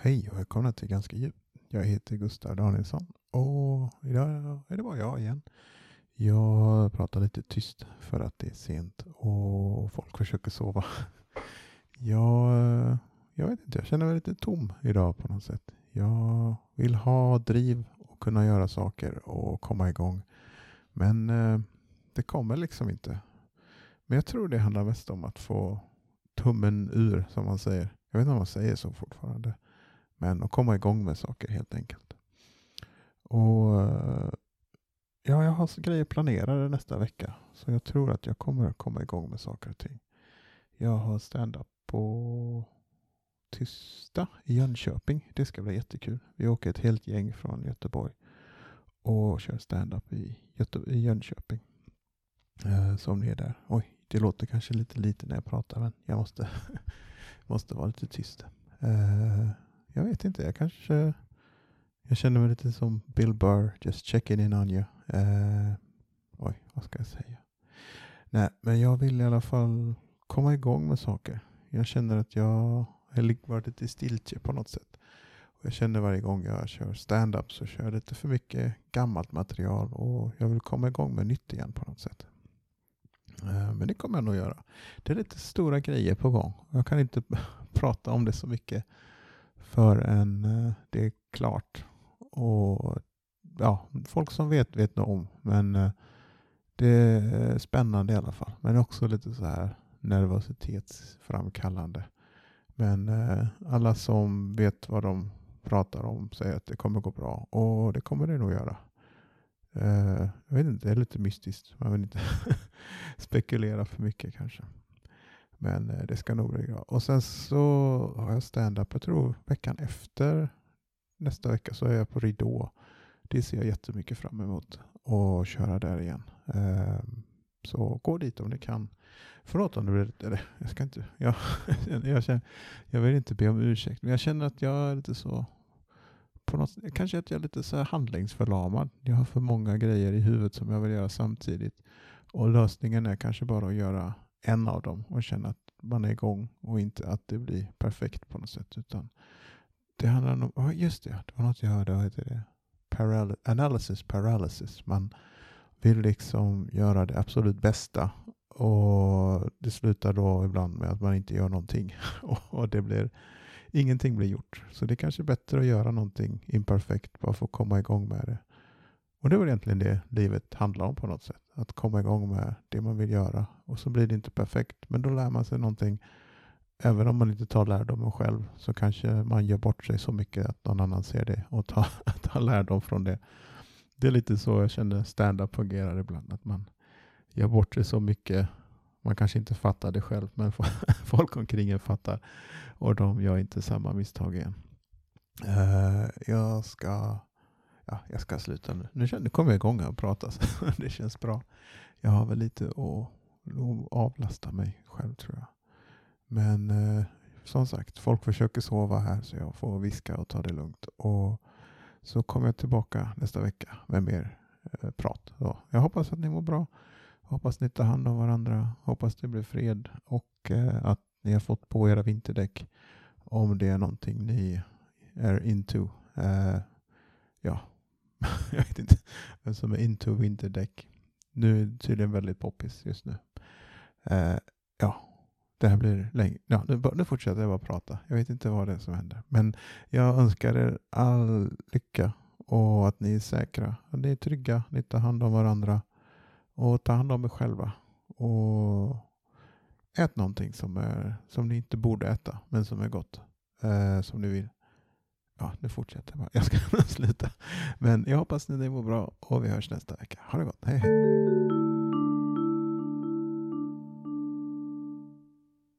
Hej och välkomna till Ganska djupt. Jag heter Gustav Danielsson och idag är det bara jag igen. Jag pratar lite tyst för att det är sent och folk försöker sova. Jag vet inte, jag känner mig lite tom idag på något sätt. Jag vill ha driv och kunna göra saker och komma igång. Men det kommer liksom inte. Men jag tror det handlar mest om att få tummen ur, som man säger. Jag vet inte om man säger så fortfarande. Men att komma igång med saker helt enkelt. Och jag har grejer planerade nästa vecka. Så jag tror att jag kommer komma igång med saker och ting. Jag har stand-up på tisdag i Jönköping. Det ska bli jättekul. Vi åker ett helt gäng från Göteborg och kör stand-up i Jönköping. Så om ni är där. Oj, det låter kanske lite när jag pratar, men jag måste vara lite tyst. Jag vet inte, jag känner mig lite som Bill Burr, just checking in on you. Oj, vad ska jag säga? Nej, men jag vill i alla fall komma igång med saker. Jag känner att jag har varit lite stiltje på något sätt. Och jag känner varje gång jag kör stand-up så kör jag lite för mycket gammalt material och jag vill komma igång med nytt igen på något sätt. Men det kommer jag nog göra. Det är lite stora grejer på gång. Jag kan inte prata om det så mycket förrän det är klart. Och ja, folk som vet nog om. Men det är spännande i alla fall. Men också lite så här nervositetsframkallande. Men alla som vet vad de pratar om säger att det kommer gå bra. Och det kommer det nog göra. Jag vet inte, det är lite mystiskt. Man vill inte spekulera för mycket kanske. Men det ska nog bli bra. Och sen så har jag stand-up, jag tror veckan efter nästa vecka så är jag på Ridå. Det ser jag jättemycket fram emot. Och köra där igen. Så gå dit om ni kan. Förlåt om det blir lite, jag ska inte, jag vill inte be om ursäkt. Men jag känner att jag är lite så, på något, kanske att jag är lite så här handlingsförlamad. Jag har för många grejer i huvudet som jag vill göra samtidigt. Och lösningen är kanske bara att göra en av dem och känna att man är igång och inte att det blir perfekt på något sätt. Utan det handlar om, just det var något jag hörde, vad heter det? Analysis paralysis. Man vill liksom göra det absolut bästa och det slutar då ibland med att man inte gör någonting och ingenting blir gjort. Så det är kanske bättre att göra någonting imperfekt bara för att komma igång med det. Och det var egentligen det livet handlar om på något sätt. Att komma igång med det man vill göra. Och så blir det inte perfekt. Men då lär man sig någonting. Även om man inte tar lärdomen själv så kanske man gör bort sig så mycket att någon annan ser det. Och tar lärdom från det. Det är lite så jag känner stand-up fungerar ibland. Att man gör bort sig så mycket. Man kanske inte fattar det själv. Men folk omkring en fattar. Och de gör inte samma misstag igen. Jag ska sluta nu. Nu kommer jag igång och prata. Det känns bra. Jag har väl lite att avlasta mig själv tror jag. Men som sagt, folk försöker sova här så jag får viska och ta det lugnt. Och så kommer jag tillbaka nästa vecka med mer prat. Så jag hoppas att ni mår bra. Hoppas ni tar hand om varandra. Hoppas det blir fred. Och att ni har fått på era vinterdäck. Om det är någonting ni är into. Ja. Jag vet inte vem som är into vinterdäck. Nu är det tydligen väldigt poppis just nu. Ja, det här blir länge. Ja, nu fortsätter jag bara prata. Jag vet inte vad det är som händer. Men jag önskar er all lycka och att ni är säkra. Att ni är trygga. Ni tar hand om varandra. Och tar hand om er själva. Och ät någonting som ni inte borde äta. Men som är gott. Som ni vill. Ja, nu fortsätter jag bara. Jag ska sluta. Men jag hoppas att ni mår bra och vi hörs nästa vecka. Ha det gott. Hej hej.